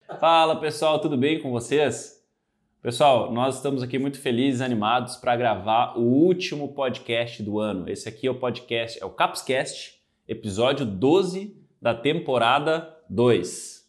Fala pessoal, tudo bem com vocês? Pessoal, nós estamos aqui muito felizes e animados para gravar o último podcast do ano. Esse aqui é o podcast, é o Capscast, episódio 12 da temporada 2.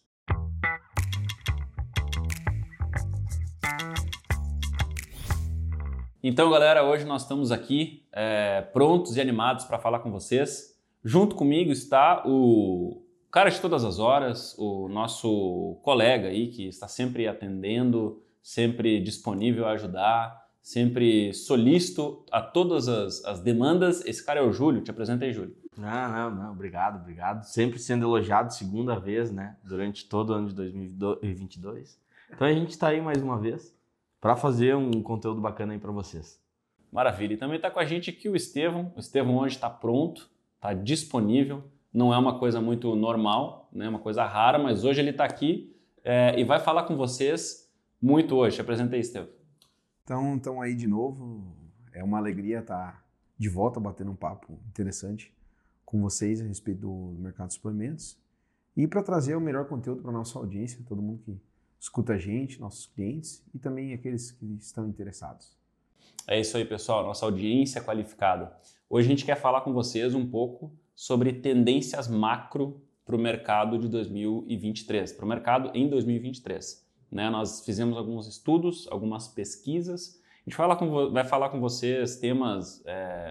Então, galera, hoje nós estamos aqui prontos e animados para falar com vocês. Junto comigo está o cara de todas as horas, o nosso colega aí que está sempre atendendo, sempre disponível a ajudar, sempre solícito a todas as demandas. Esse cara é o Júlio. Te apresenta aí, Júlio. Não, obrigado. Sempre sendo elogiado segunda vez, né? Durante todo o ano de 2022. Então a gente está aí mais uma vez para fazer um conteúdo bacana aí para vocês. Maravilha. E também está com a gente aqui o Estevão. O Estevão hoje está pronto, está disponível. Não é uma coisa muito normal, né? Uma coisa rara, mas hoje ele está aqui e vai falar com vocês muito hoje. Te apresentei, Estevão. Então aí de novo, é uma alegria estar de volta batendo um papo interessante com vocês a respeito do mercado de suplementos e para trazer o melhor conteúdo para a nossa audiência, todo mundo que escuta a gente, nossos clientes e também aqueles que estão interessados. É isso aí, pessoal, nossa audiência qualificada. Hoje a gente quer falar com vocês um pouco sobre tendências macro para o mercado de 2023, para o mercado em 2023. Né? Nós fizemos alguns estudos, algumas pesquisas. A gente vai falar com vocês temas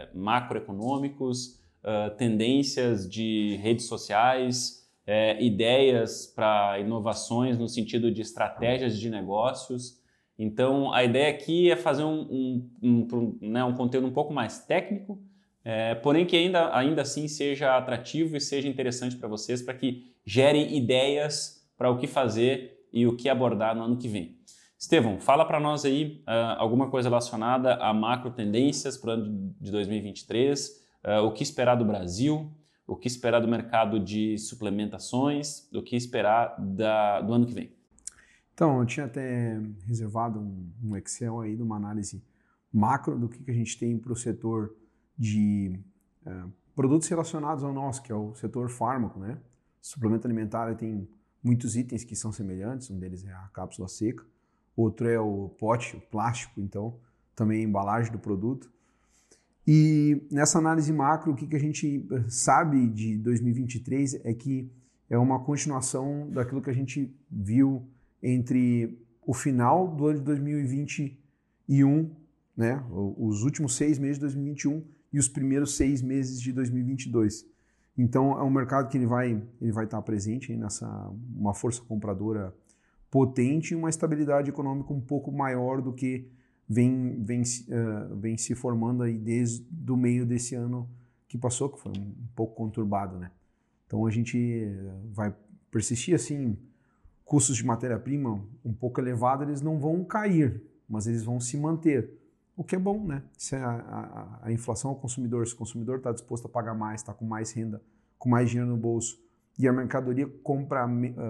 macroeconômicos, tendências de redes sociais, ideias para inovações no sentido de estratégias de negócios. Então, a ideia aqui é fazer um conteúdo um pouco mais técnico, porém que ainda assim seja atrativo e seja interessante para vocês, para que gere ideias para o que fazer e o que abordar no ano que vem. Estevão, fala para nós aí alguma coisa relacionada a macro tendências para o ano de 2023, o que esperar do Brasil, o que esperar do mercado de suplementações, o que esperar do ano que vem. Então, eu tinha até reservado um Excel aí de uma análise macro do que a gente tem para o setor de produtos relacionados ao nosso, que é o setor fármaco, né? Suplemento alimentar tem muitos itens que são semelhantes, um deles é a cápsula seca, outro é o pote, o plástico, então também a embalagem do produto. E nessa análise macro, o que a gente sabe de 2023 é que é uma continuação daquilo que a gente viu entre o final do ano de 2021, né, os últimos 6 meses de 2021 e os primeiros 6 meses de 2022. Então é um mercado que ele vai estar presente nessa uma força compradora potente e uma estabilidade econômica um pouco maior do que vem se formando aí desde o meio desse ano que passou, que foi um pouco conturbado, né? Então a gente vai persistir assim, custos de matéria-prima um pouco elevados, eles não vão cair, mas eles vão se manter, o que é bom, né? Se a inflação ao consumidor, se o consumidor está disposto a pagar mais, está com mais renda, com mais dinheiro no bolso, e a mercadoria compra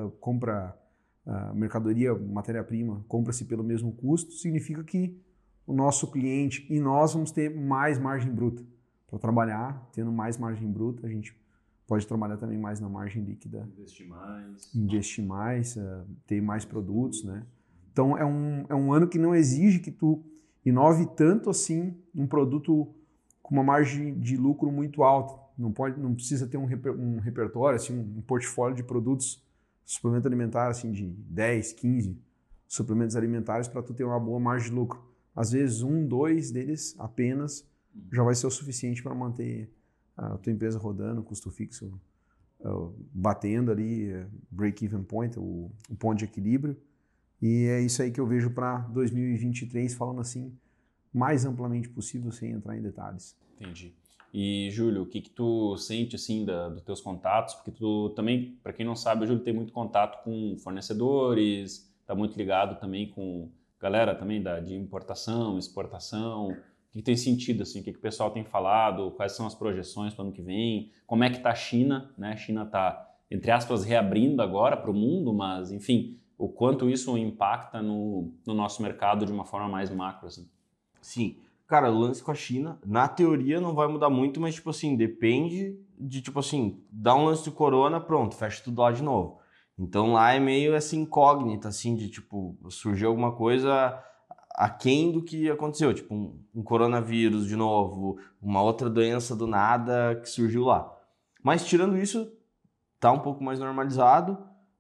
mercadoria, matéria-prima, compra-se pelo mesmo custo, significa que o nosso cliente e nós vamos ter mais margem bruta para trabalhar. Tendo mais margem bruta, a gente pode trabalhar também mais na margem líquida. Investir mais, ter mais produtos, né? Então é um ano que não exige que tu inove tanto assim um produto com uma margem de lucro muito alta. Não precisa ter um repertório, assim, um portfólio de produtos, suplemento alimentar assim, de 10, 15 suplementos alimentares para tu ter uma boa margem de lucro. Às vezes 1, 2 deles apenas já vai ser o suficiente para manter a tua empresa rodando, custo fixo batendo ali, break-even point, o ponto de equilíbrio. E é isso aí que eu vejo para 2023, falando assim, mais amplamente possível, sem entrar em detalhes. Entendi. E, Júlio, o que tu sente, assim, dos teus contatos? Porque tu também, para quem não sabe, o Júlio tem muito contato com fornecedores, está muito ligado também com galera também de importação, exportação. O que tem sentido, assim? O que o pessoal tem falado? Quais são as projeções para o ano que vem? Como é que está a China, né? A China está, entre aspas, reabrindo agora para o mundo, mas, enfim, o quanto isso impacta no nosso mercado de uma forma mais macro, assim. Sim. Cara, o lance com a China, na teoria não vai mudar muito, mas, tipo assim, depende de, tipo assim, dá um lance do corona, pronto, fecha tudo lá de novo. Então lá é meio essa incógnita, assim, de tipo, surgiu alguma coisa aquém do que aconteceu, tipo um coronavírus de novo, uma outra doença do nada que surgiu lá. Mas tirando isso, tá um pouco mais normalizado,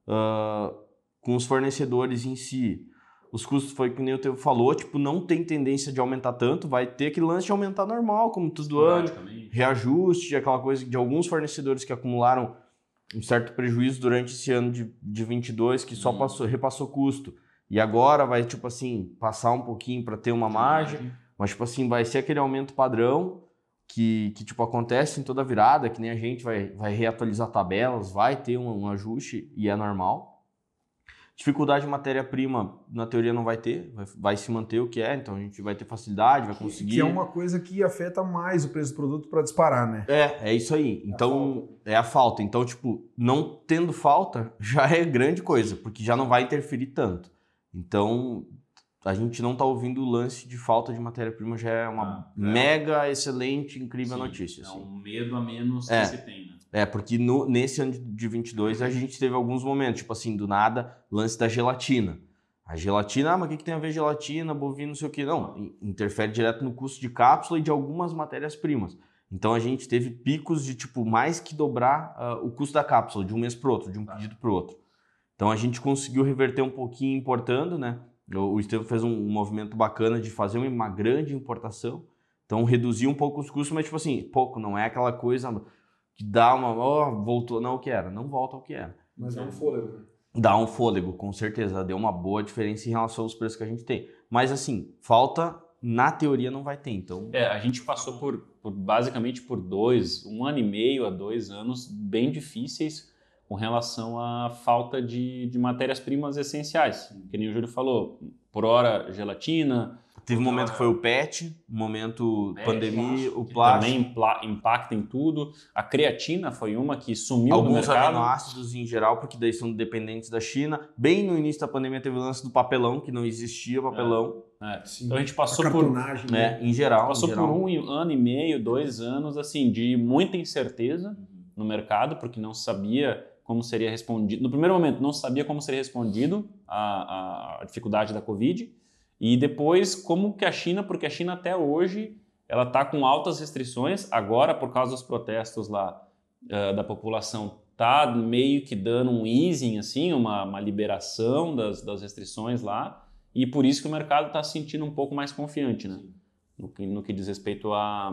com os fornecedores em si. Os custos, foi que o Newton falou, tipo, não tem tendência de aumentar tanto, vai ter aquele lance de aumentar normal, como todo ano, reajuste, aquela coisa de alguns fornecedores que acumularam um certo prejuízo durante esse ano de 22, que só repassou custo. E agora vai, tipo assim, passar um pouquinho para ter uma margem, mas, tipo assim, vai ser aquele aumento padrão que tipo, acontece em toda virada, que nem a gente vai reatualizar tabelas, vai ter um ajuste e é normal. Dificuldade de matéria-prima, na teoria, não vai ter, vai se manter o que é, então a gente vai ter facilidade, vai conseguir. Que é uma coisa que afeta mais o preço do produto para disparar, né? É isso aí. Então, é a falta. Então, tipo, não tendo falta já é grande coisa, porque já não vai interferir tanto. Então, a gente não tá ouvindo o lance de falta de matéria-prima, já é uma mega, excelente, incrível notícia. É assim. um medo a menos que se tem, né? Porque nesse ano de 22 a gente teve alguns momentos, tipo assim, do nada, lance da gelatina. A gelatina, mas o que tem a ver gelatina, bovino, não sei o que. Não, interfere direto no custo de cápsula e de algumas matérias-primas. Então a gente teve picos de, tipo, mais que dobrar o custo da cápsula de um mês para o outro, de um pedido para o outro. Então a gente conseguiu reverter um pouquinho importando, né? O Estevam fez um movimento bacana de fazer uma grande importação. Então reduziu um pouco os custos, mas tipo assim, pouco, não é aquela coisa que dá uma, voltou, não o que era, não volta ao que era. Mas dá um fôlego. Dá um fôlego, com certeza, deu uma boa diferença em relação aos preços que a gente tem. Mas assim, falta, na teoria não vai ter, então... A gente passou basicamente por 1 ano e meio a 2 anos bem difíceis com relação à falta de matérias-primas essenciais. Que nem o Júlio falou, por hora gelatina... Teve um momento que foi o PET, um momento pandemia, o plástico. Também impacta em tudo. A creatina foi uma que sumiu do alguns mercado. Aminoácidos em geral, porque daí são dependentes da China. Bem no início da pandemia teve o lance do papelão, que não existia papelão. Então a gente passou em geral. Passou por 1 ano e meio, 2 anos, assim, de muita incerteza no mercado, porque não sabia como seria respondido. No primeiro momento, não sabia como seria respondido a dificuldade da Covid. E depois, como que a China, porque a China até hoje, ela está com altas restrições, agora por causa dos protestos lá da população, está meio que dando um easing, assim, uma liberação das restrições lá, e por isso que o mercado está se sentindo um pouco mais confiante, né? No que diz respeito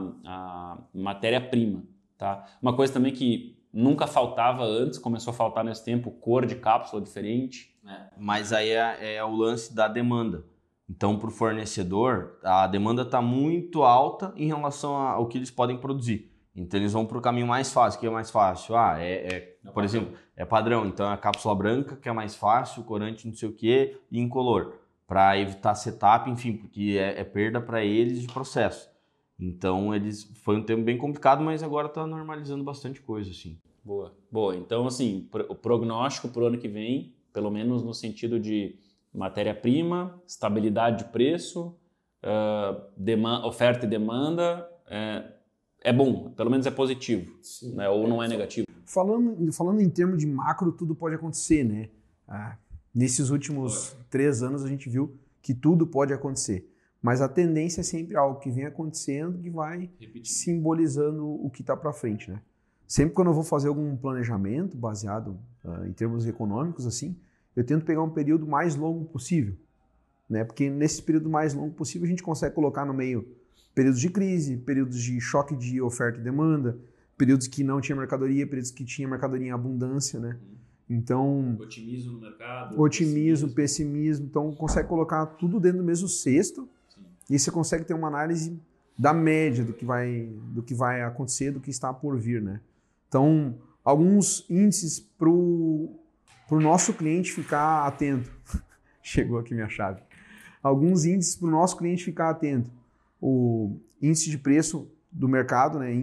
à matéria-prima, tá? Uma coisa também que nunca faltava antes, começou a faltar nesse tempo, cor de cápsula diferente. Mas aí é o lance da demanda. Então, para o fornecedor, a demanda está muito alta em relação ao que eles podem produzir. Então, eles vão para o caminho mais fácil. O que é mais fácil? Por exemplo, é padrão. Então, é a cápsula branca, que é mais fácil, corante não sei o quê, e incolor. Para evitar setup, enfim, porque é perda para eles de processo. Então, foi um tempo bem complicado, mas agora está normalizando bastante coisa, assim. Boa. Então, assim, o prognóstico para o ano que vem, pelo menos no sentido de matéria-prima, estabilidade de preço, oferta e demanda, é bom, pelo menos é positivo, né? Ou não é negativo. Falando em termos de macro, tudo pode acontecer, né? Nesses últimos 3 anos a gente viu que tudo pode acontecer, mas a tendência é sempre algo que vem acontecendo que vai simbolizando o que está para frente, né? Sempre quando eu vou fazer algum planejamento baseado em termos econômicos, assim, eu tento pegar um período mais longo possível, né? Porque nesse período mais longo possível a gente consegue colocar no meio períodos de crise, períodos de choque de oferta e demanda, períodos que não tinha mercadoria, períodos que tinha mercadoria em abundância, né? Então... Otimismo no mercado. Pessimismo. Então consegue colocar tudo dentro do mesmo cesto. Sim. E você consegue ter uma análise da média do que vai acontecer, do que está por vir, né? Então, alguns índices para o nosso cliente ficar atento. Chegou aqui minha chave. Alguns índices para o nosso cliente ficar atento. O índice de preço do mercado, né?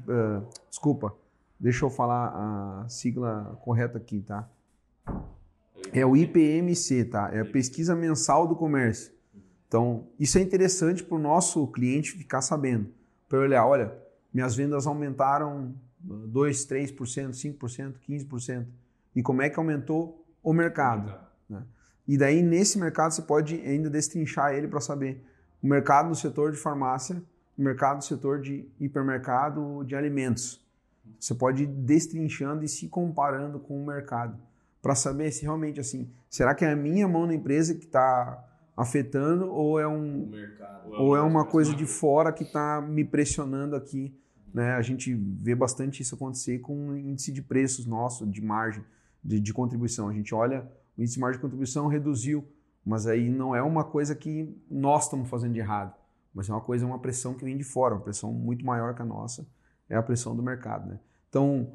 Deixa eu falar a sigla correta aqui, tá? É o IPMC, tá? É a pesquisa mensal do comércio. Então, isso é interessante para o nosso cliente ficar sabendo. Para olhar, olha, minhas vendas aumentaram 2%, 3%, 5%, 15%. E como é que aumentou o mercado. Né? E daí, nesse mercado, você pode ainda destrinchar ele para saber o mercado do setor de farmácia, o mercado do setor de hipermercado de alimentos. Você pode ir destrinchando e se comparando com o mercado para saber se realmente, assim, será que é a minha mão na empresa que está afetando ou é uma coisa de fora que está me pressionando aqui, né? A gente vê bastante isso acontecer com o índice de preços nosso, de margem, de contribuição. A gente olha, o índice de margem de contribuição reduziu, mas aí não é uma coisa que nós estamos fazendo de errado, mas é uma pressão que vem de fora, uma pressão muito maior que a nossa, é a pressão do mercado, né? Então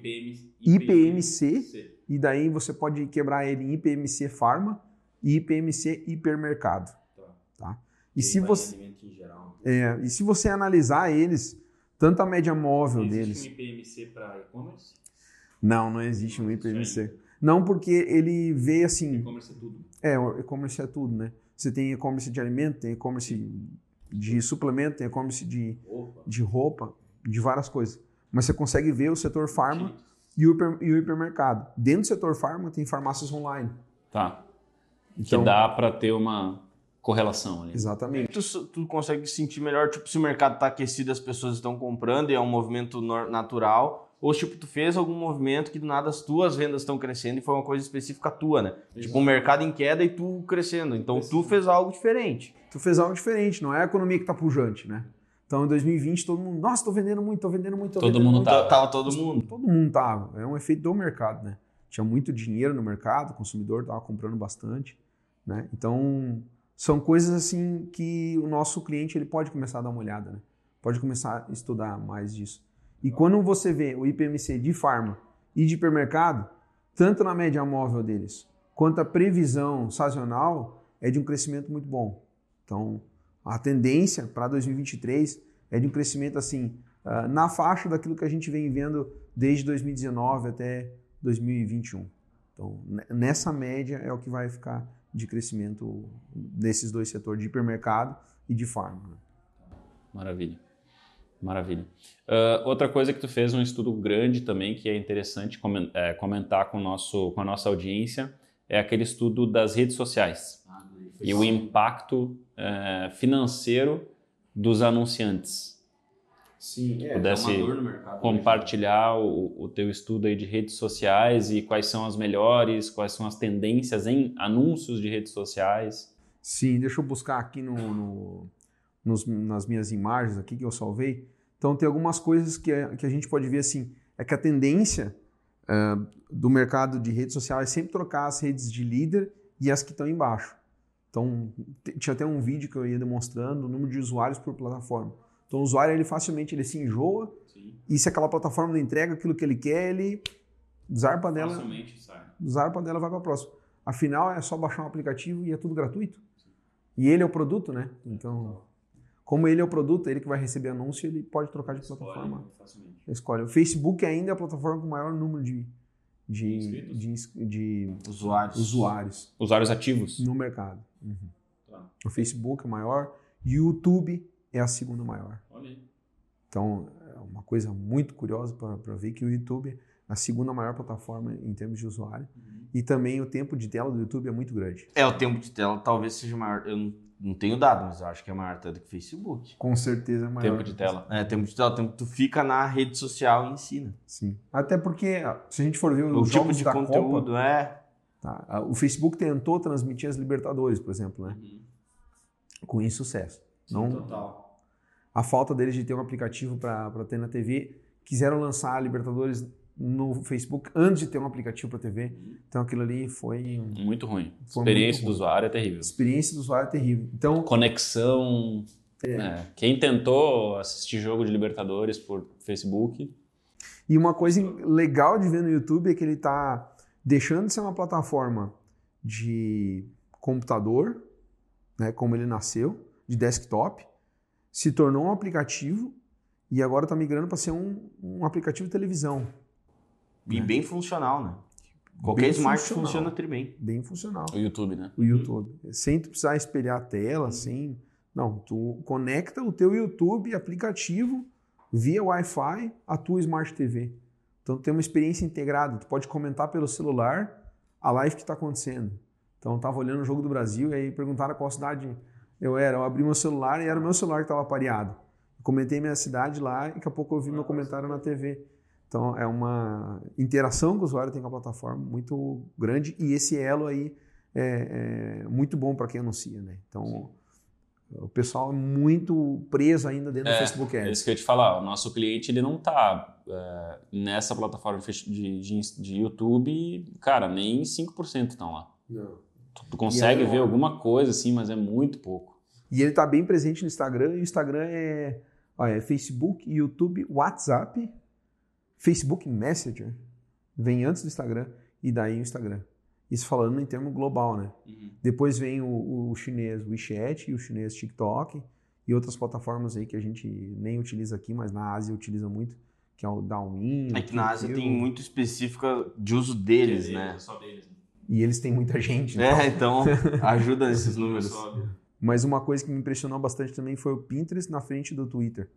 IPMC, e daí você pode quebrar ele em IPMC Pharma e IPMC Hipermercado. Tá? E se você analisar eles, tanto a média móvel deles... Existe um IPMC para e-commerce? Não existe um IPMC. Não, porque ele vê assim... E-commerce é tudo. O e-commerce é tudo, né? Você tem e-commerce de alimento, tem e-commerce de suplemento, tem e-commerce de roupa, de várias coisas. Mas você consegue ver o setor farma e o hipermercado. Dentro do setor farma tem farmácias online. Tá. Então, que dá para ter uma correlação ali. Exatamente. Tu consegue sentir melhor, tipo, se o mercado está aquecido, as pessoas estão comprando e é um movimento natural, ou tipo, tu fez algum movimento que do nada as tuas vendas estão crescendo e foi uma coisa específica tua, né? Exato. Tipo, o mercado em queda e tu crescendo. Então, tu fez algo diferente. Não é a economia que está pujante, né? Então, em 2020, todo mundo, nossa, tô vendendo muito. Todo mundo tava. Todo mundo tava. É um efeito do mercado, né? Tinha muito dinheiro no mercado, o consumidor estava comprando bastante, né? Então, são coisas assim que o nosso cliente ele pode começar a dar uma olhada, né? Pode começar a estudar mais disso. E quando você vê o IPMC de farma e de hipermercado, tanto na média móvel deles, quanto a previsão sazonal é de um crescimento muito bom. Então, a tendência para 2023 é de um crescimento assim, na faixa daquilo que a gente vem vendo desde 2019 até 2021. Então, nessa média é o que vai ficar de crescimento desses dois setores, de hipermercado e de farma. Maravilha. Outra coisa que tu fez um estudo grande também, que é interessante comentar com a nossa audiência, é aquele estudo das redes sociais e o impacto financeiro dos anunciantes. Sim, pudesse uma dor no mercado, compartilhar o teu estudo aí de redes sociais e quais são as melhores, quais são as tendências em anúncios de redes sociais. Sim, deixa eu buscar aqui nas minhas imagens aqui que eu salvei. Então tem algumas coisas que a gente pode ver assim, é que a tendência do mercado de redes sociais é sempre trocar as redes de líder e as que estão embaixo. Então tinha até um vídeo que eu ia demonstrando o número de usuários por plataforma. Então o usuário ele facilmente se enjoa. Sim. E se aquela plataforma não entrega aquilo que ele quer, ele zarpa dela. Facilmente sai. Zarpa dela, vai para a próxima. Afinal é só baixar um aplicativo e é tudo gratuito. Sim. E ele é o produto, né? Então, como ele é o produto, ele que vai receber anúncio, ele pode trocar de plataforma. Escolhe. O Facebook ainda é a plataforma com o maior número de usuários. Usuários ativos? No mercado. Uhum. Tá. O Facebook é o maior. YouTube é a segunda maior. Olha aí. Então, é uma coisa muito curiosa para ver que o YouTube é a segunda maior plataforma em termos de usuário. Uhum. E também o tempo de tela do YouTube é muito grande. O tempo de tela talvez seja maior. Eu não tenho dado, mas eu acho que é maior até do que o Facebook. Com certeza é maior. Tempo de tela. Tempo de tela. Tempo que tu fica na rede social e ensina. Sim. Até porque, se a gente for ver o os tipo jogos de da conteúdo, Copa... Tá, o Facebook tentou transmitir as Libertadores, por exemplo, né? Uhum. Com insucesso. Sim, total. A falta deles de ter um aplicativo para ter na TV, quiseram lançar a Libertadores no Facebook antes de ter um aplicativo para TV. Então aquilo ali foi muito ruim. Experiência do usuário é terrível. Experiência do usuário é terrível. Então, conexão. Quem tentou assistir jogo de Libertadores por Facebook. E uma coisa legal de ver no YouTube é que ele está deixando de ser uma plataforma de computador, né, como ele nasceu, de desktop, se tornou um aplicativo e agora está migrando para ser um aplicativo de televisão. E bem funcional, né? Qualquer smart funciona bem. Bem funcional. O YouTube, né? O YouTube. Sem tu precisar espelhar a tela, sem... Não, tu conecta o teu YouTube aplicativo via Wi-Fi à tua Smart TV. Então tu tem uma experiência integrada. Tu pode comentar pelo celular a live que está acontecendo. Então eu estava olhando o jogo do Brasil e aí perguntaram qual cidade eu era. Eu abri meu celular e era o meu celular que estava pareado. Comentei minha cidade lá e daqui a pouco eu vi meu comentário na TV. Então é uma interação que o usuário tem com a plataforma muito grande e esse elo aí é muito bom para quem anuncia, né? Então o pessoal é muito preso ainda dentro do Facebook Ads. É isso que eu ia te falar. O nosso cliente ele não está nessa plataforma de YouTube, cara, nem 5% estão lá. Não. Tu consegue ver alguma coisa assim, mas é muito pouco. E ele está bem presente no Instagram e o Instagram é Facebook, YouTube, WhatsApp, Facebook Messenger, vem antes do Instagram e daí o Instagram. Isso falando em termo global, né? Uhum. Depois vem o chinês WeChat e o chinês TikTok e outras plataformas aí que a gente nem utiliza aqui, mas na Ásia utiliza muito, que é o Douyin. É que na Ásia tem muito específica de uso deles, né? Só deles, né? E eles têm muita gente. Então ajuda nesses números. Mas uma coisa que me impressionou bastante também foi o Pinterest na frente do Twitter.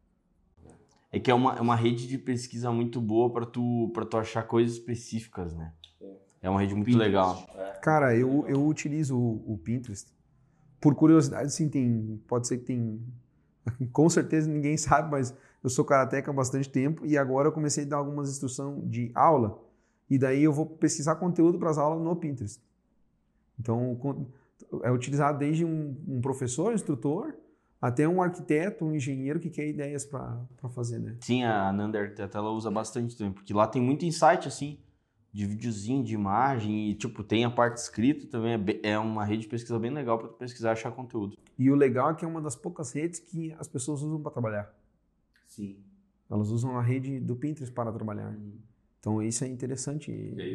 É que é uma rede de pesquisa muito boa para tu achar coisas específicas, né? É uma rede muito legal. Cara, eu utilizo o Pinterest. Por curiosidade, sim, pode ser que tem... Com certeza ninguém sabe, mas eu sou karateca há bastante tempo e agora eu comecei a dar algumas instruções de aula e daí eu vou pesquisar conteúdo para as aulas no Pinterest. Então, é utilizado desde um professor, um instrutor, até um arquiteto, um engenheiro que quer ideias para fazer, né? Sim, a Nanda Arquiteta, ela usa bastante também, porque lá tem muito insight, assim, de videozinho, de imagem, e, tipo, tem a parte escrita também, é uma rede de pesquisa bem legal para tu pesquisar e achar conteúdo. E o legal é que é uma das poucas redes que as pessoas usam para trabalhar. Sim. Elas usam a rede do Pinterest para trabalhar. Então isso é interessante.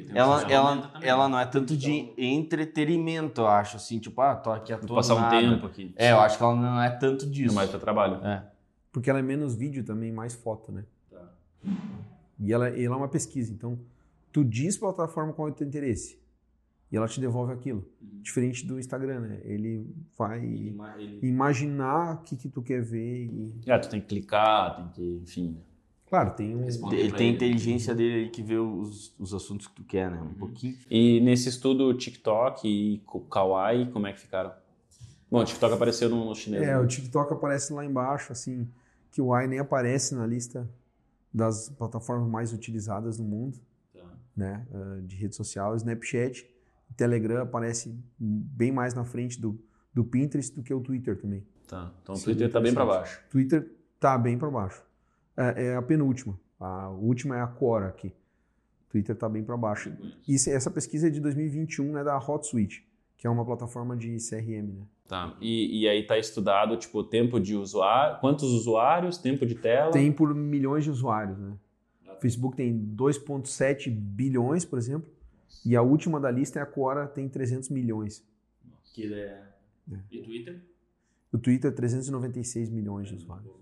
Ela não é tanto de entretenimento, eu acho, assim, tipo, tô aqui à toa. Vou passar um tempo aqui. Eu acho que ela não é tanto disso. Mais para trabalho. Porque ela é menos vídeo também, mais foto, né? Tá. E ela é uma pesquisa, então tu diz para a plataforma qual é o teu interesse e ela te devolve aquilo. Diferente do Instagram, né? Ele vai imaginar o que tu quer ver. Tu tem que clicar, tem que, enfim... Claro, tem ele tem a inteligência dele que vê os assuntos que tu quer, né? Um pouquinho. E nesse estudo TikTok e Kawaii, como é que ficaram? Bom, o TikTok apareceu no chinês. O TikTok aparece lá embaixo, assim, que o Kawaii nem aparece na lista das plataformas mais utilizadas no mundo, né? De rede social. Snapchat, Telegram aparece bem mais na frente do Pinterest do que o Twitter também. Tá, então o Twitter está bem para baixo. Twitter está bem para baixo. É a penúltima. A última é a Quora aqui. Twitter está bem para baixo. E essa pesquisa é de 2021, né, da HotSuite, que é uma plataforma de CRM, né? Tá. E aí está estudado, tipo, tempo de usuário, quantos usuários, tempo de tela? Tem por milhões de usuários, né? O Facebook tem 2,7 bilhões, por exemplo, e a última da lista é a Quora, tem 300 milhões. Que é. E o Twitter? O Twitter, 396 milhões de usuários.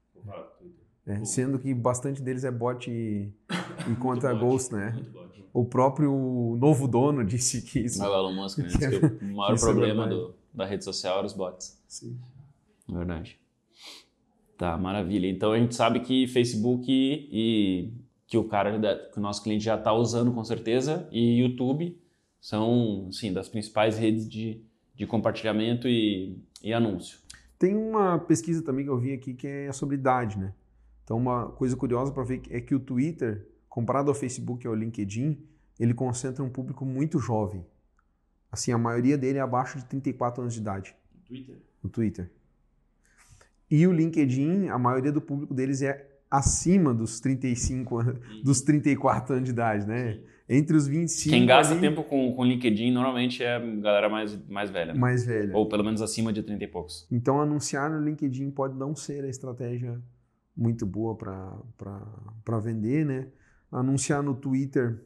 Sendo que bastante deles é bot e conta Ghost, né? O próprio novo dono disse que isso... O Elon Musk, né? Disse que o maior problema da rede social era os bots. Sim. Verdade. Tá, maravilha. Então a gente sabe que Facebook e que o nosso cliente já está usando com certeza e YouTube são, assim, das principais redes de compartilhamento e anúncio. Tem uma pesquisa também que eu vi aqui que é sobre idade, né? Então, uma coisa curiosa para ver é que o Twitter, comparado ao Facebook e ao LinkedIn, ele concentra um público muito jovem. Assim, a maioria dele é abaixo de 34 anos de idade. No Twitter. E o LinkedIn, a maioria do público deles é acima dos 35 anos, dos 34 anos de idade, né? Entre os 25... Quem gasta tempo com LinkedIn normalmente é a galera mais velha. Né? Mais velha. Ou pelo menos acima de 30 e poucos. Então, anunciar no LinkedIn pode não ser a estratégia muito boa para vender, né? Anunciar no Twitter,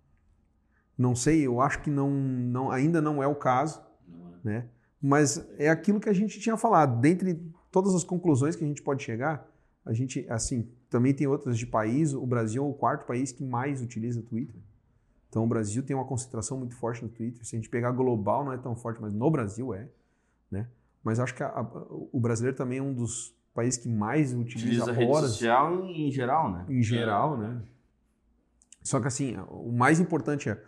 não sei, eu acho que ainda não é o caso, né? Mas é aquilo que a gente tinha falado. Dentre todas as conclusões que a gente pode chegar, a gente, assim, também tem outras de país. O Brasil é o quarto país que mais utiliza o Twitter. Então, o Brasil tem uma concentração muito forte no Twitter. Se a gente pegar global, não é tão forte, mas no Brasil é, né? Mas acho que o brasileiro também é um dos país que mais utiliza rede social em geral, né? Em geral, né? Só que assim, o mais importante é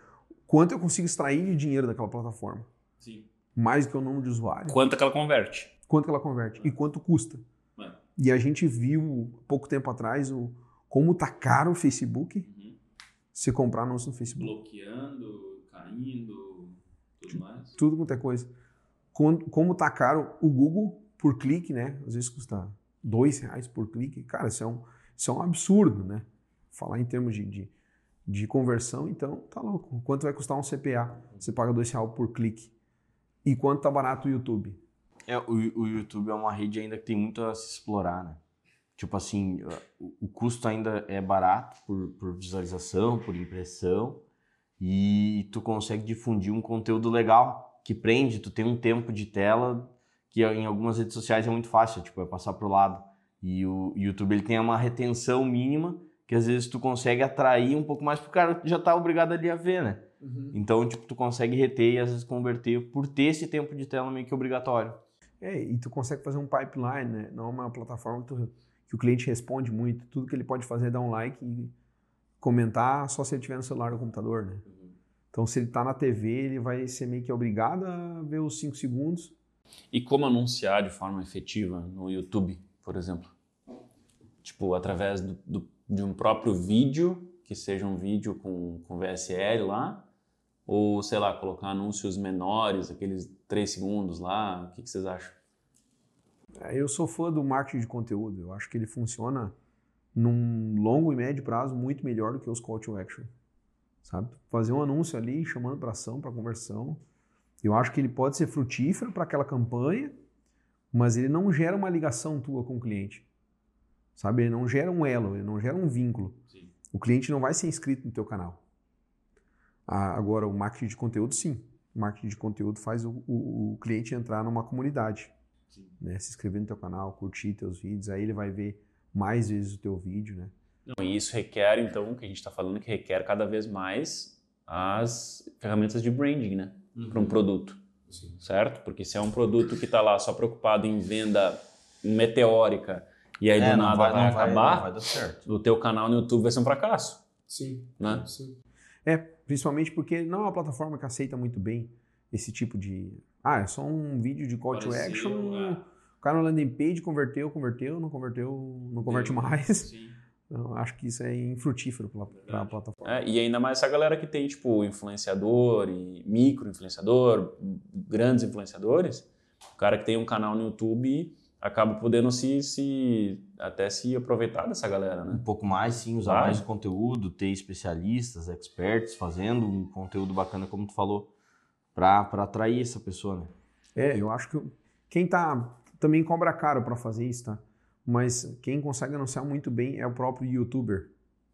quanto eu consigo extrair de dinheiro daquela plataforma. Sim. Mais do que o número de usuários. Quanto que ela converte. Quanto que ela converte e quanto custa. E a gente viu, pouco tempo atrás, como tá caro o Facebook se comprar anúncio no Facebook. Bloqueando, caindo, tudo mais. Tudo quanto é coisa. Como tá caro o Google por clique, né? Às vezes custa R$2 por clique. Cara, isso é um absurdo, né? Falar em termos de conversão, então tá louco. Quanto vai custar um CPA? Você paga R$2 por clique. E quanto tá barato o YouTube? O YouTube é uma rede ainda que tem muito a se explorar, né? Tipo assim, o custo ainda é barato por visualização, por impressão, e tu consegue difundir um conteúdo legal, que prende, tu tem um tempo de tela que em algumas redes sociais é muito fácil, tipo, é passar pro lado. E o YouTube, ele tem uma retenção mínima, que às vezes tu consegue atrair um pouco mais, porque o cara já tá obrigado ali a ver, né? Então, tipo, tu consegue reter e às vezes converter por ter esse tempo de tela meio que obrigatório. E tu consegue fazer um pipeline, né? Não é uma plataforma que o cliente responde muito. Tudo que ele pode fazer é dar um like e comentar só se ele tiver no celular ou no computador, né? Então, se ele tá na TV, ele vai ser meio que obrigado a ver os 5 segundos. E como anunciar de forma efetiva no YouTube, por exemplo? Tipo, através de um próprio vídeo, que seja um vídeo com VSL lá, ou, sei lá, colocar anúncios menores, aqueles 3 segundos lá, o que vocês acham? Eu sou fã do marketing de conteúdo, eu acho que ele funciona num longo e médio prazo muito melhor do que os call to action, sabe? Fazer um anúncio ali, chamando para ação, para conversão, eu acho que ele pode ser frutífero para aquela campanha, mas ele não gera uma ligação tua com o cliente, sabe? Ele não gera um elo, ele não gera um vínculo. Sim. O cliente não vai ser inscrito no teu canal. Agora, o marketing de conteúdo, sim. O marketing de conteúdo faz o cliente entrar numa comunidade, né? Se inscrever no teu canal, curtir teus vídeos, aí ele vai ver mais vezes o teu vídeo, né? Não, e isso requer, então, o que a gente está falando, que requer cada vez mais as ferramentas de branding, né? Para um produto, certo? Porque se é um produto que está lá só preocupado em venda meteórica e aí do nada vai acabar, não vai dar certo. o teu canal no YouTube vai ser um fracasso. Sim. Né? Sim. Principalmente porque não é uma plataforma que aceita muito bem esse tipo de... é só um vídeo de call to action, o cara no landing page converteu, não converte mais. Sim. Então, acho que isso é infrutífero para a plataforma. E ainda mais essa galera que tem, tipo, influenciador e micro-influenciador, grandes influenciadores, o cara que tem um canal no YouTube acaba podendo até se aproveitar dessa galera, né? Um pouco mais, sim, usar mais o conteúdo, ter especialistas, experts fazendo um conteúdo bacana, como tu falou, para atrair essa pessoa, né? Eu acho que quem também cobra caro para fazer isso, tá? Mas quem consegue anunciar muito bem é o próprio YouTuber.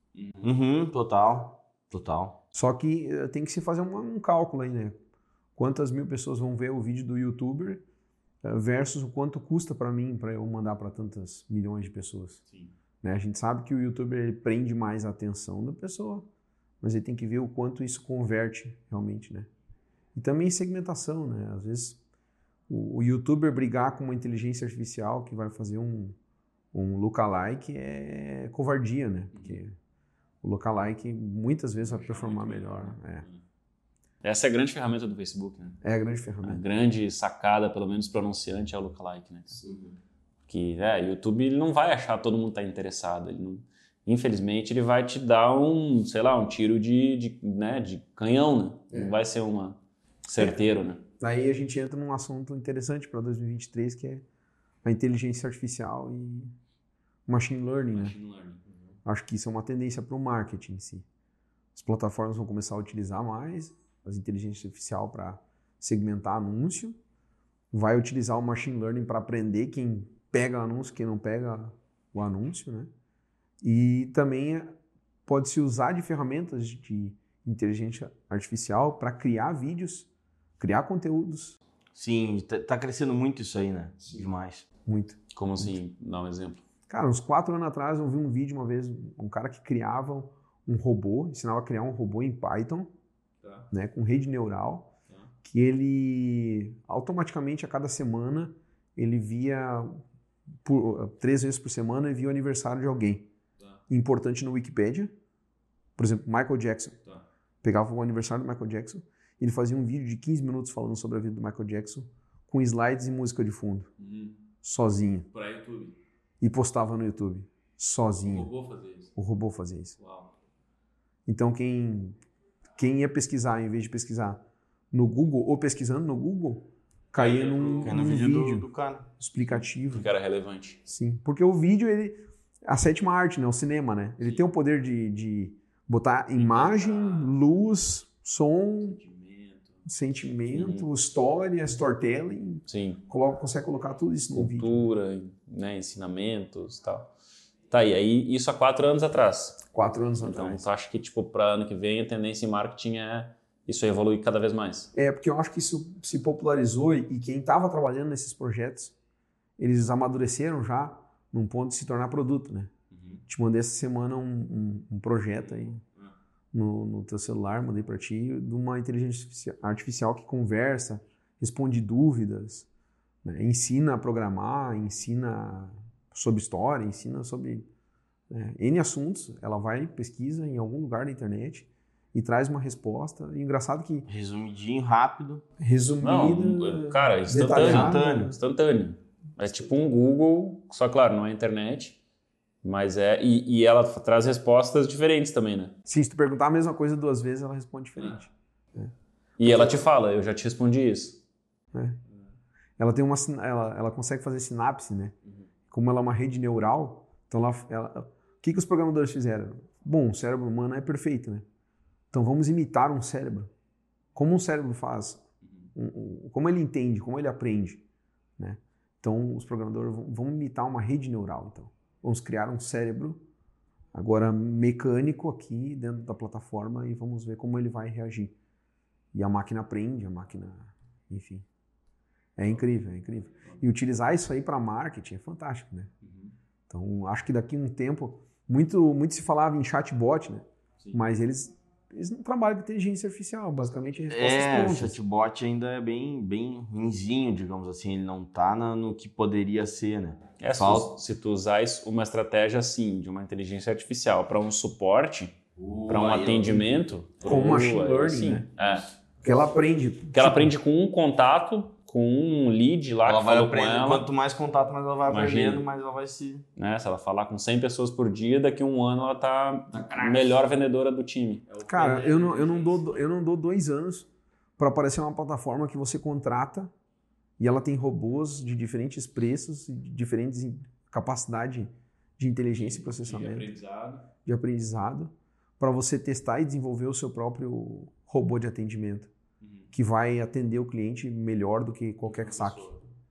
Total. Só que tem que se fazer um cálculo aí, né? Quantas mil pessoas vão ver o vídeo do YouTuber versus o quanto custa para mim, para eu mandar para tantas milhões de pessoas. Sim. Né? A gente sabe que o YouTuber ele prende mais a atenção da pessoa, mas ele tem que ver o quanto isso converte realmente, né? E também segmentação, né? Às vezes o YouTuber brigar com uma inteligência artificial que vai fazer um lookalike é covardia, né? Porque o lookalike muitas vezes vai performar melhor. Essa é a grande ferramenta do Facebook, né? É a grande ferramenta. A grande sacada, pelo menos para o anunciante, é o lookalike, né? Sim. Que o YouTube ele não vai achar todo mundo tá interessado. Infelizmente, ele vai te dar um tiro de canhão, né? Não vai ser uma certeiro, né? Daí a gente entra num assunto interessante para 2023, que é a inteligência artificial e machine learning, né? Acho que isso é uma tendência para o marketing em si. As plataformas vão começar a utilizar mais as inteligências artificial para segmentar anúncio, vai utilizar o machine learning para aprender quem pega o anúncio, quem não pega o anúncio, né? E também pode-se usar de ferramentas de inteligência artificial para criar vídeos, criar conteúdos. Sim, tá crescendo muito isso aí, né? Sim. Demais. Muito. Como assim? Dá um exemplo. Cara, uns 4 anos atrás eu vi um vídeo uma vez, um cara que criava um robô, ensinava a criar um robô em Python, né, com rede neural, que ele automaticamente a cada semana ele via 3 vezes por semana ele via o aniversário de alguém importante no Wikipedia, por exemplo, Michael Jackson. pegava o aniversário do Michael Jackson, ele fazia um vídeo de 15 minutos falando sobre a vida do Michael Jackson, com slides e música de fundo, sozinho. Para YouTube. E postava no YouTube, sozinho. O robô fazia isso. O robô fazia isso. Uau. Então quem ia pesquisar, em vez de pesquisar no Google, ou pesquisando no Google, caía num vídeo do cara. explicativo. Que era relevante. Sim, porque o vídeo, a sétima arte, né? O cinema, né? Ele tem o poder de botar imagem, luz, som, sentimento, história, storytelling. Sim. Consegue colocar tudo isso no vídeo. Cultura, né, ensinamentos e tal. Tá, e aí isso há 4 anos atrás. 4 anos Então, atrás. tu acha que, tipo, para ano que vem a tendência em marketing é isso evoluir cada vez mais? É, porque eu acho que isso se popularizou e quem estava trabalhando nesses projetos, eles amadureceram já num ponto de se tornar produto, né? Te mandei essa semana um projeto aí no teu celular, mandei para ti, de uma inteligência artificial que conversa, responde dúvidas, né? Ensina a programar, ensina sobre história, ensina sobre N assuntos. Ela vai, pesquisa em algum lugar da internet e traz uma resposta. E engraçado que... Resumidinho, rápido. Resumida, Não, cara, instantâneo. É tipo um Google, só claro, não é internet, mas e ela traz respostas diferentes também, né? Se tu perguntar a mesma coisa 2 vezes, ela responde diferente. E ela te fala, eu já te respondi isso. Ela tem ela consegue fazer sinapse, né? Como ela é uma rede neural, então o que os programadores fizeram? Bom, o cérebro humano é perfeito, né? Então vamos imitar um cérebro. Como um cérebro faz, como ele entende, como ele aprende, né? Então os programadores vão imitar uma rede neural, então. Vamos criar um cérebro agora mecânico aqui dentro da plataforma e vamos ver como ele vai reagir. E a máquina aprende, enfim. É incrível, é incrível. E utilizar isso aí para marketing é fantástico, né? Então, acho que daqui a um tempo, muito se falava em chatbot, né? Sim. Mas eles não trabalham com inteligência artificial, basicamente respostas prontas. O chatbot ainda é bem ruinzinho, digamos assim, ele não tá no que poderia ser, né? Se tu usar uma estratégia assim, de uma inteligência artificial para um suporte, para um atendimento... Com machine learning, né? Porque ela aprende. Porque ela aprende com um contato, com um lead lá que falou com ela. Quanto mais contato, mais ela vai aprendendo, mais ela vai se... Né? Se ela falar com 100 pessoas por dia, daqui a um ano ela tá melhor vendedora do time. Cara, eu não dou 2 anos para aparecer uma plataforma que você contrata e ela tem robôs de diferentes preços, de diferentes capacidade de inteligência e processamento. De aprendizado. Para você testar e desenvolver o seu próprio robô de atendimento, que vai atender o cliente melhor do que qualquer saque.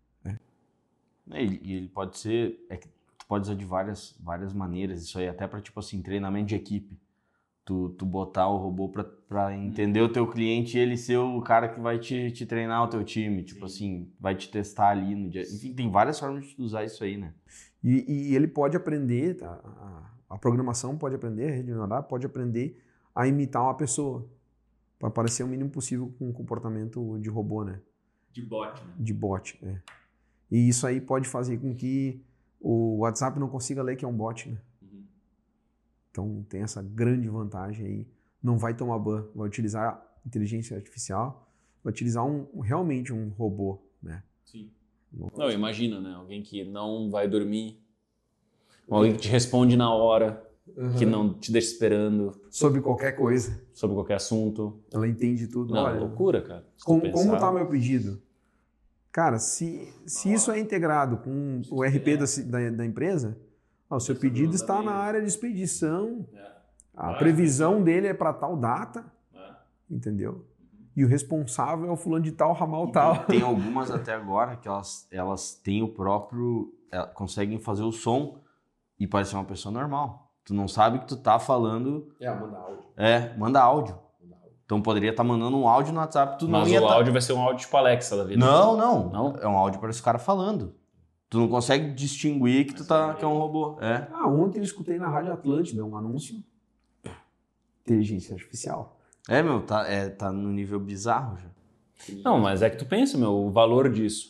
E ele pode ser... tu pode usar de várias maneiras isso aí, até para, tipo assim, treinamento de equipe. Tu botar o robô para entender o teu cliente e ele ser o cara que vai te treinar o teu time. Tipo assim, vai te testar ali no dia. Enfim, tem várias formas de usar isso aí, né? E ele pode aprender, a programação pode aprender, a rede neural pode aprender a imitar uma pessoa. Para parecer o mínimo possível com um comportamento de robô, né? De bot, né? De bot, E isso aí pode fazer com que o WhatsApp não consiga ler que é um bot, né? Então tem essa grande vantagem aí. Não vai tomar ban, vai utilizar inteligência artificial, vai utilizar realmente um robô, né? Sim. Não, imagina, né? Alguém que não vai dormir, alguém que te responde na hora, que não te deixa esperando. Sobre qualquer coisa. Sobre qualquer assunto. Ela entende tudo. Não, loucura, cara. Como tá meu pedido? Cara, se isso é integrado com o RP da empresa, o seu pedido está na área de expedição, a previsão dele é para tal data, entendeu? E o responsável é o fulano de tal, ramal tal. Tem algumas até agora que elas têm o próprio... conseguem fazer o som e parecer uma pessoa normal. Tu não sabe que tu tá falando... manda áudio. Manda áudio. Então poderia estar mandando um áudio no WhatsApp, tu não ia... Mas o áudio vai ser um áudio tipo Alexa da vida. Não. É um áudio para esse cara falando. Tu não consegue distinguir que que é um robô. Ontem eu escutei na Rádio Atlântida um anúncio. Inteligência artificial. Tá no nível bizarro já. Não, mas é que tu pensa, o valor disso.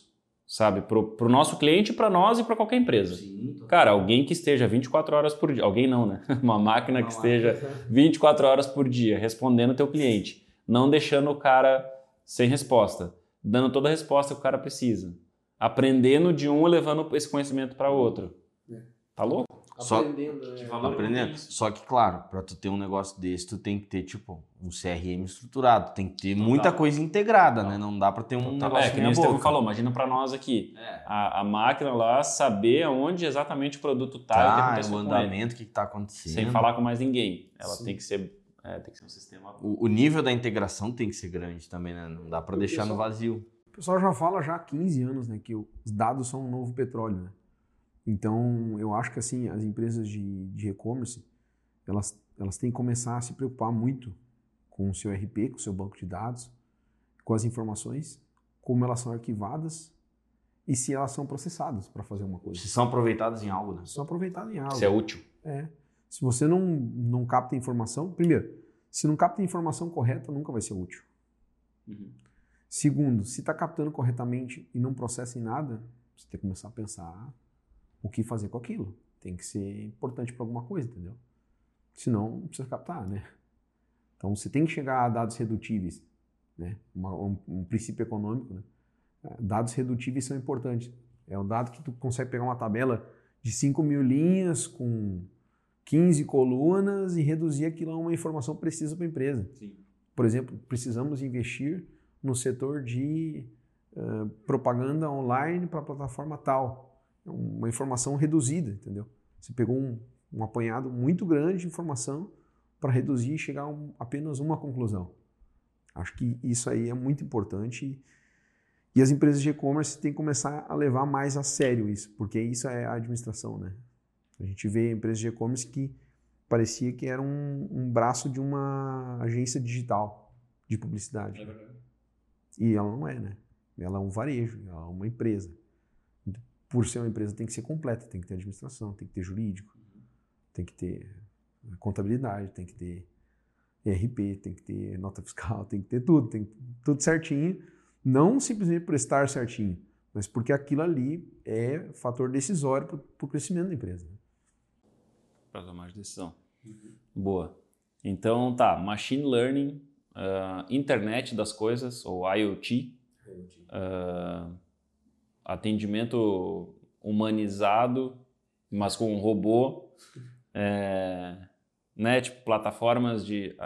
sabe? Pro nosso cliente, para nós e para qualquer empresa. Sim, Cara, alguém que esteja 24 horas por dia, alguém não, né? Uma máquina que esteja 24 horas por dia respondendo o teu cliente, não deixando o cara sem resposta, dando toda a resposta que o cara precisa, aprendendo de um e levando esse conhecimento para outro. Tá louco? Aprendendo, né? Aprendendo. Só que, claro, para tu ter um negócio desse, tu tem que ter, tipo, um CRM estruturado. Tem que ter muita coisa integrada, né? Não dá para ter um negócio que nem o Estevão falou, imagina para nós aqui. A máquina lá saber aonde exatamente o produto tá e o que aconteceu o andamento, o que tá acontecendo. Sem falar com mais ninguém. Ela tem que ser um sistema... O nível da integração tem que ser grande também, né? Não dá para deixar no vazio. O pessoal já fala já há 15 anos, né, que os dados são um novo petróleo, né? Então, eu acho que assim, as empresas de e-commerce, elas têm que começar a se preocupar muito com o seu RP, com o seu banco de dados, com as informações, como elas são arquivadas e se elas são processadas para fazer uma coisa. Se são aproveitadas em algo, né? São aproveitadas em algo. Se é útil. Se você não capta informação, primeiro, se não capta informação correta, nunca vai ser útil. Segundo, se está captando corretamente e não processa em nada, você tem que começar a pensar o que fazer com aquilo. Tem que ser importante para alguma coisa, entendeu? Senão, não precisa captar, né? Então, você tem que chegar a dados redutíveis, né? Um princípio econômico, né? Dados redutíveis são importantes. É um dado que tu consegue pegar uma tabela de 5.000 linhas com 15 colunas e reduzir aquilo a uma informação precisa para a empresa. Sim. Por exemplo, precisamos investir no setor de propaganda online para a plataforma tal. Uma informação reduzida, entendeu? Você pegou um apanhado muito grande de informação para reduzir e chegar a apenas uma conclusão. Acho que isso aí é muito importante e as empresas de e-commerce têm que começar a levar mais a sério isso, porque isso é a administração, né? A gente vê empresas de e-commerce que parecia que era um braço de uma agência digital de publicidade. É verdade. E ela não é, né? Ela é um varejo, ela é uma empresa. Por ser uma empresa, tem que ser completa, tem que ter administração, tem que ter jurídico, tem que ter contabilidade, tem que ter ERP, tem que ter nota fiscal, tem que ter tudo, tem tudo certinho. Não simplesmente por estar certinho, mas porque aquilo ali é fator decisório para o crescimento da empresa. Para tomar de decisão. Boa. Então, tá, machine learning, internet das coisas, ou IoT, atendimento humanizado, mas com um robô, né, tipo plataformas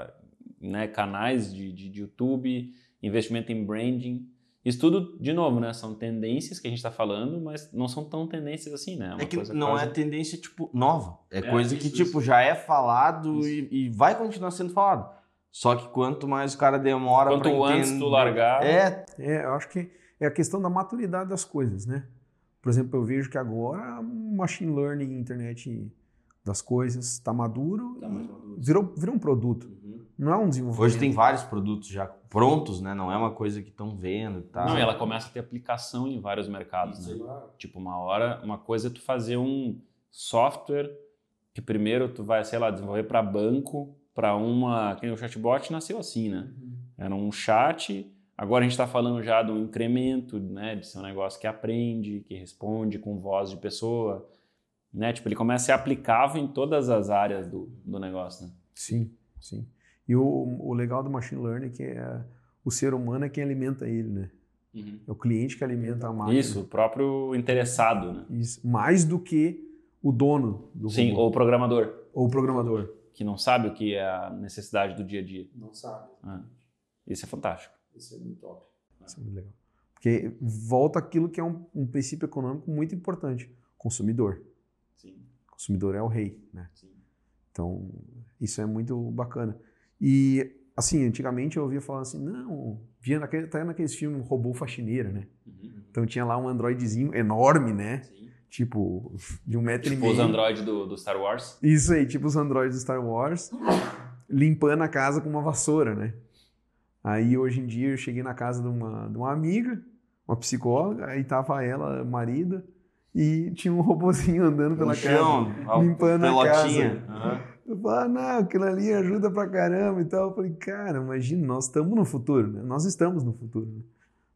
né, canais de YouTube, investimento em branding. Isso tudo, de novo, né, são tendências que a gente está falando, mas não são tão tendências assim, né? É que não é tendência, tipo, nova. É coisa que, tipo, já é falado e vai continuar sendo falado. Só que quanto mais o cara demora para entender... Quanto antes tu largar... eu acho que é a questão da maturidade das coisas, né? Por exemplo, eu vejo que agora o machine learning, internet das coisas, está maduro, virou um produto. Não é um desenvolvimento. Hoje tem vários produtos já prontos, né? Não é uma coisa que estão vendo e tal. Não, e ela começa a ter aplicação em vários mercados, né? Tipo, uma coisa é tu fazer um software que primeiro tu vai, sei lá, desenvolver para banco, para que o chatbot nasceu assim, né? Era um chat. Agora a gente está falando já do incremento, né, de ser um negócio que aprende, que responde com voz de pessoa, né? Tipo, ele começa a ser aplicável em todas as áreas do negócio, né? Sim, sim. E o legal do machine learning é que o ser humano é quem alimenta ele, né? É o cliente que alimenta a máquina. Isso, o próprio interessado, né? Isso, mais do que o dono do Sim, robô. ou o programador. Ou o programador. Que não sabe o que é a necessidade do dia a dia. Não sabe. Isso é fantástico. Isso é muito top. Isso é muito legal. Porque volta aquilo que é um princípio econômico muito importante. Consumidor. Sim. Consumidor é o rei, né? Sim. Então, isso é muito bacana. E, assim, antigamente eu ouvia falar assim, não, via até naqueles filmes Robô Faxineira, né? Então tinha lá um androidezinho enorme, né? Sim. Tipo, de 1,5 metro. Tipo os androides do Star Wars. Isso aí, tipo os androides do Star Wars, limpando a casa com uma vassoura, né? Aí, hoje em dia, eu cheguei na casa de uma amiga, uma psicóloga, aí tava ela, marido, e tinha um robozinho andando pela casa, limpando a casa. Eu falei, não, aquilo ali ajuda pra caramba e tal. Eu falei, cara, imagina, nós estamos no futuro, né? Nós estamos no futuro, né?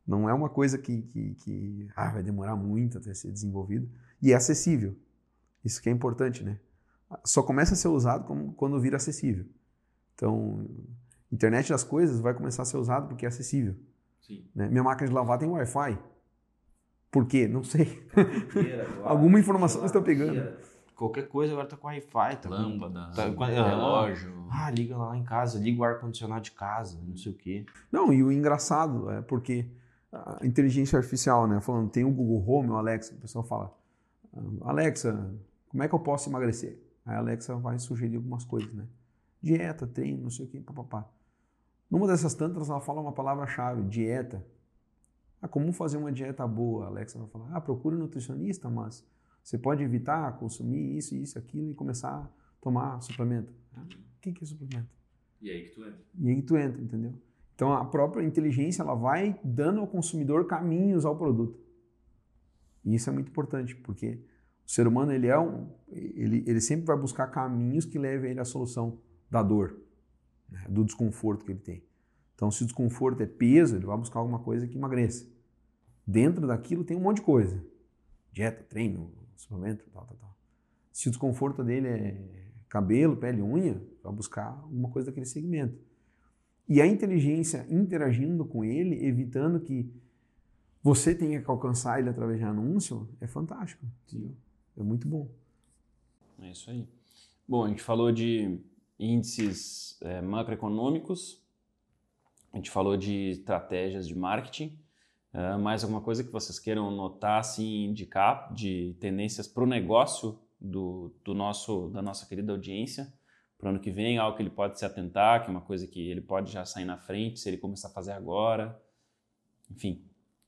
Não é uma coisa que vai demorar muito até ser desenvolvido. E é acessível. Isso que é importante, né? Só começa a ser usado quando vira acessível. Então, internet das coisas vai começar a ser usado porque é acessível. Sim. Né? Minha máquina de lavar tem Wi-Fi. Por quê? Não sei. Alguma informação você está pegando. Qualquer coisa agora tá com Wi-Fi. Lâmpada, relógio. Liga lá em casa, liga o ar-condicionado de casa, não sei o quê. Não, e o engraçado é porque a inteligência artificial, né? Falando, tem o Google Home, o Alexa, o pessoal fala, Alexa, como é que eu posso emagrecer? Aí a Alexa vai sugerir algumas coisas, né? Dieta, treino, não sei o quê, papapá. Numa dessas tantas, ela fala uma palavra-chave, dieta. Como fazer uma dieta boa? A Alexa vai falar, procure um nutricionista, mas você pode evitar consumir isso, isso, aquilo e começar a tomar suplemento. O que é suplemento? E aí que tu entra. E aí tu entra, entendeu? Então a própria inteligência ela vai dando ao consumidor caminhos ao produto. E isso é muito importante, porque o ser humano ele sempre vai buscar caminhos que levem ele à solução da dor, né, do desconforto que ele tem. Então se o desconforto é peso, ele vai buscar alguma coisa que emagreça. Dentro daquilo tem um monte de coisa. Dieta, treino, suplemento, tal. Se o desconforto dele é cabelo, pele, unha, vai buscar alguma coisa daquele segmento. E a inteligência interagindo com ele, evitando que você tenha que alcançar ele através de anúncio, é fantástico. Entendeu? É muito bom. É isso aí. Bom, a gente falou de índices macroeconômicos, a gente falou de estratégias de marketing. Mais alguma coisa que vocês queiram notar, assim, indicar de tendências para o negócio da nossa querida audiência para o ano que vem, algo que ele pode se atentar, que é uma coisa que ele pode já sair na frente se ele começar a fazer agora, enfim.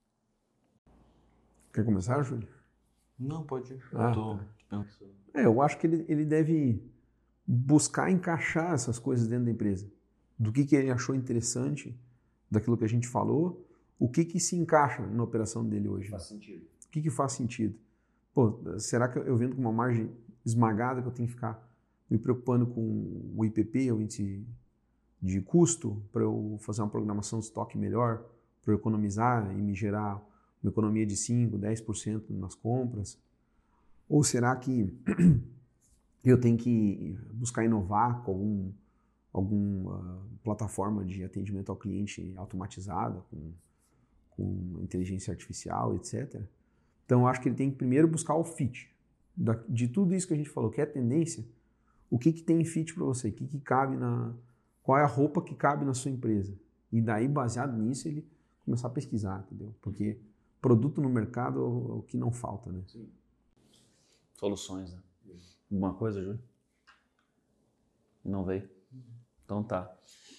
Quer começar, Júlio? Não, pode ir. Eu acho que ele deve buscar encaixar essas coisas dentro da empresa. Do que ele achou interessante daquilo que a gente falou, o que se encaixa na operação dele hoje. Faz sentido. O que faz sentido? Será que eu vendo com uma margem esmagada que eu tenho que ficar me preocupando com o IPP, o índice de custo, para eu fazer uma programação de estoque melhor, para eu economizar e me gerar uma economia de 5%, 10% nas compras? Ou será que eu tenho que buscar inovar com alguma plataforma de atendimento ao cliente automatizada, com inteligência artificial, etc. Então, eu acho que ele tem que primeiro buscar o fit. De tudo isso que a gente falou, que é tendência, o que tem fit para você? Qual é a roupa que cabe na sua empresa? E daí, baseado nisso, ele começar a pesquisar, entendeu? Porque produto no mercado é o que não falta, né? Sim. Soluções, né? Alguma coisa, Júlio? Não veio? Então tá.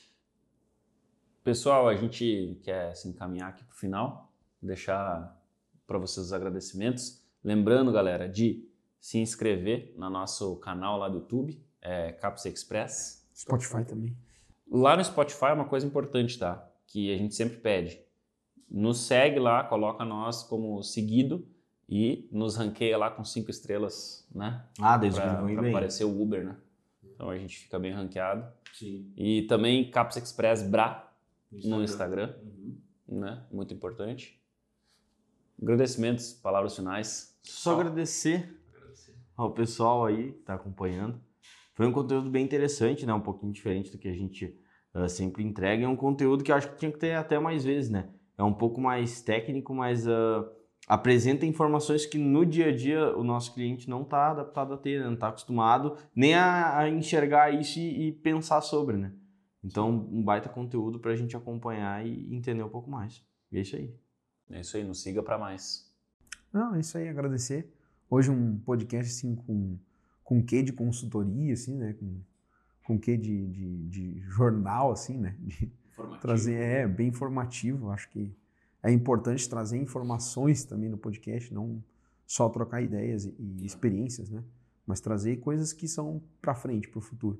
Pessoal, a gente quer se encaminhar aqui para o final, deixar para vocês os agradecimentos. Lembrando, galera, de se inscrever no nosso canal lá do YouTube, Caps Express. Spotify também. Lá no Spotify é uma coisa importante, tá? Que a gente sempre pede. Nos segue lá, coloca nós como seguido e nos ranqueia lá com 5 estrelas, né? Desde que para bem. aparecer o Uber, né? Então a gente fica bem ranqueado. Sim. E também Caps Express Bra no Instagram, né? Muito importante. Agradecimentos, palavras finais. Só agradecer ao pessoal aí que está acompanhando. Foi um conteúdo bem interessante, né? Um pouquinho diferente do que a gente sempre entrega. É um conteúdo que eu acho que tinha que ter até mais vezes, né? É um pouco mais técnico, mas apresenta informações que no dia a dia o nosso cliente não está adaptado a ter, né? Não está acostumado nem a enxergar isso e pensar sobre, né? Então, um baita conteúdo para a gente acompanhar e entender um pouco mais. E é isso aí. É isso aí, nos siga para mais. Não, é isso aí, agradecer. Hoje um podcast assim com quê de consultoria, assim, né? Com quê de jornal, assim, né? Trazer, bem informativo. Acho que é importante trazer informações também no podcast, não só trocar ideias e experiências, né? Mas trazer coisas que são para frente, para o futuro.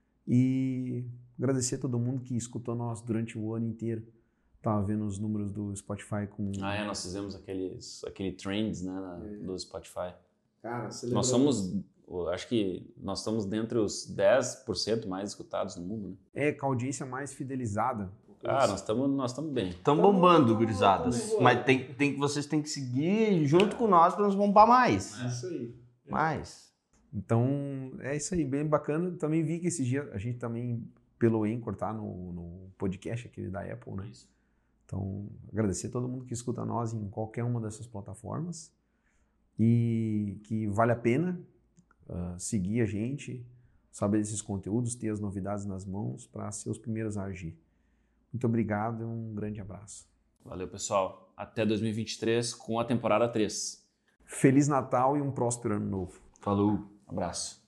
E agradecer a todo mundo que escutou nós durante o ano inteiro. Tava vendo os números do Spotify com... nós fizemos aquele trends, né, do Spotify. Cara, nós somos, acho que nós estamos dentre os 10% mais escutados no mundo, né? Com a audiência mais fidelizada. Nós estamos bem. Estamos bombando, gurizadas. Mas vocês têm que seguir junto com nós para nos bombar mais. Isso aí. Mais. Então, é isso aí, bem bacana. Também vi que esse dia a gente também, pelo Anchor, tá no podcast aquele da Apple, né? Isso. Então, agradecer a todo mundo que escuta nós em qualquer uma dessas plataformas e que vale a pena seguir a gente, saber desses conteúdos, ter as novidades nas mãos para ser os primeiros a agir. Muito obrigado e um grande abraço. Valeu, pessoal. Até 2023 com a temporada 3. Feliz Natal e um próspero ano novo. Falou. Abraço.